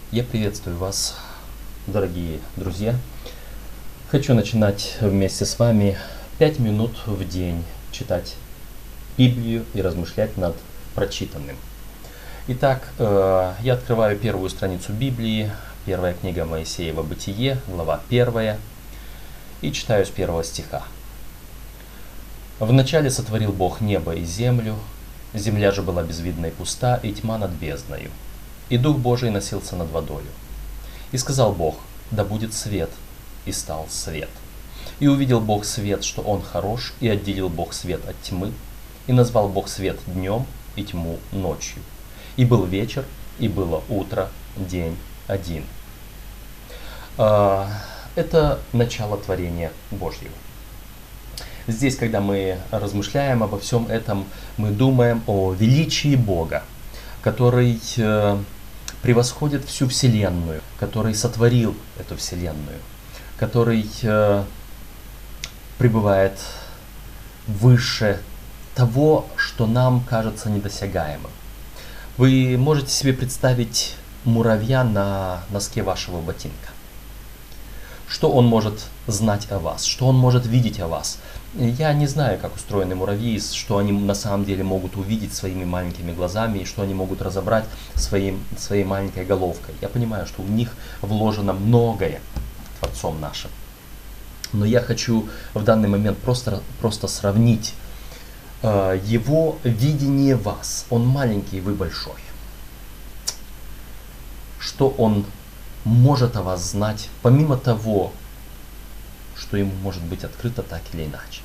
Я приветствую вас, дорогие друзья. Хочу начинать вместе с вами 5 минут в день читать Библию и размышлять над прочитанным. Итак, я открываю первую страницу Библии, первая книга Моисеева «Бытие», глава 1, и читаю с 1 стиха. «Вначале сотворил Бог небо и землю, земля же была безвидна и пуста, и тьма над бездною. И Дух Божий носился над водою. И сказал Бог: да будет свет, и стал свет. И увидел Бог свет, что он хорош, и отделил Бог свет от тьмы, и назвал Бог свет днем, и тьму ночью. И был вечер, и было утро, день один». Это начало творения Божьего. Здесь, когда мы размышляем обо всем этом, мы думаем о величии Бога, который превосходит всю Вселенную, который сотворил эту Вселенную, который пребывает выше того, что нам кажется недосягаемым. Вы можете себе представить муравья на носке вашего ботинка. Что он может знать о вас, что он может видеть о вас. Я не знаю, как устроены муравьи, что они на самом деле могут увидеть своими маленькими глазами и что они могут разобрать своей маленькой головкой. Я понимаю, что в них вложено многое Творцом нашим. Но я хочу в данный момент просто сравнить его видение вас. Он маленький, вы большой. Что он может о вас знать, помимо того, что ему может быть открыто так или иначе.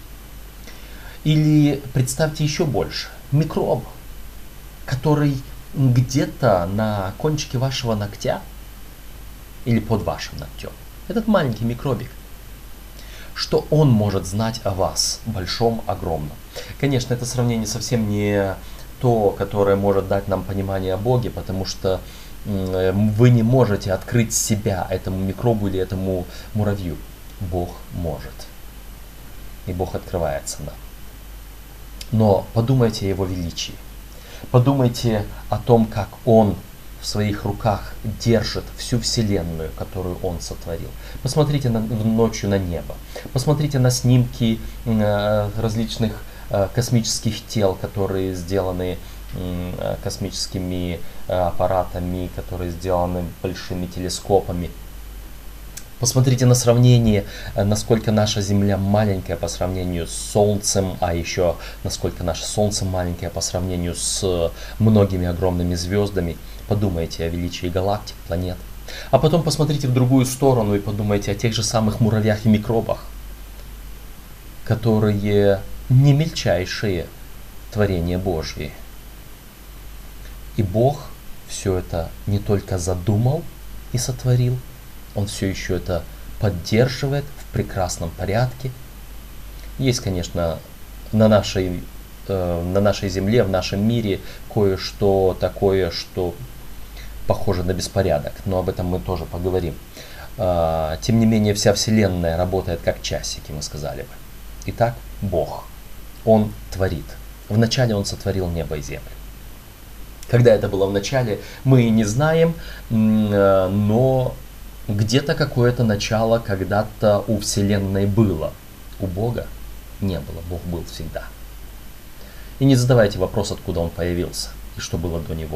Или представьте еще больше. Микроб, который где-то на кончике вашего ногтя или под вашим ногтем. Этот маленький микробик. Что он может знать о вас, большом, огромном. Конечно, это сравнение совсем не то, которое может дать нам понимание о Боге, потому что вы не можете открыть себя этому микробу или этому муравью. Бог может. И Бог открывается нам. Но подумайте о Его величии. Подумайте о том, как Он в своих руках держит всю Вселенную, которую Он сотворил. Посмотрите ночью на небо. Посмотрите на снимки различных космических тел, которые сделаны космическими аппаратами, которые сделаны большими телескопами. Посмотрите на сравнение, насколько наша Земля маленькая по сравнению с Солнцем, а еще насколько наше Солнце маленькое по сравнению с многими огромными звездами. Подумайте о величии галактик, планет. А потом посмотрите в другую сторону и подумайте о тех же самых муравьях и микробах, которые не мельчайшие творения Божьи. И Бог все это не только задумал и сотворил, Он все еще это поддерживает в прекрасном порядке. Есть, конечно, на нашей земле, в нашем мире кое-что такое, что похоже на беспорядок, но об этом мы тоже поговорим. Тем не менее, вся Вселенная работает как часики, мы сказали бы. Итак, Бог, Он творит. Вначале Он сотворил небо и землю. Когда это было в начале, мы не знаем, но где-то какое-то начало когда-то у Вселенной было. У Бога не было, Бог был всегда. И не задавайте вопрос, откуда Он появился и что было до Него.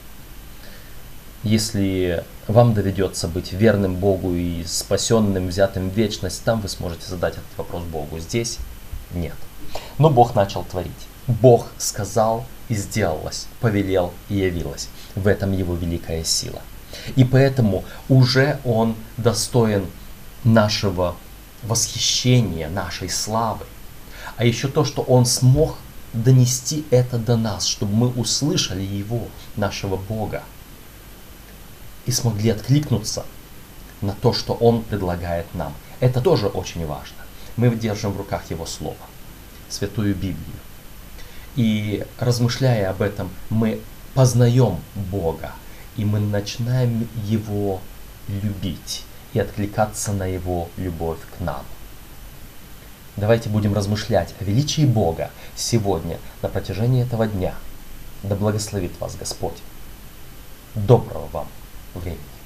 Если вам доведется быть верным Богу и спасенным, взятым в вечность, там вы сможете задать этот вопрос Богу. Здесь нет. Но Бог начал творить. Бог сказал и сделалось, повелел и явилось. В этом Его великая сила. И поэтому уже Он достоин нашего восхищения, нашей славы. А еще то, что Он смог донести это до нас, чтобы мы услышали Его, нашего Бога, и смогли откликнуться на то, что Он предлагает нам. Это тоже очень важно. Мы держим в руках Его Слово, Святую Библию. И размышляя об этом, мы познаем Бога, и мы начинаем Его любить и откликаться на Его любовь к нам. Давайте будем размышлять о величии Бога сегодня на протяжении этого дня. Да благословит вас Господь. Доброго вам времени.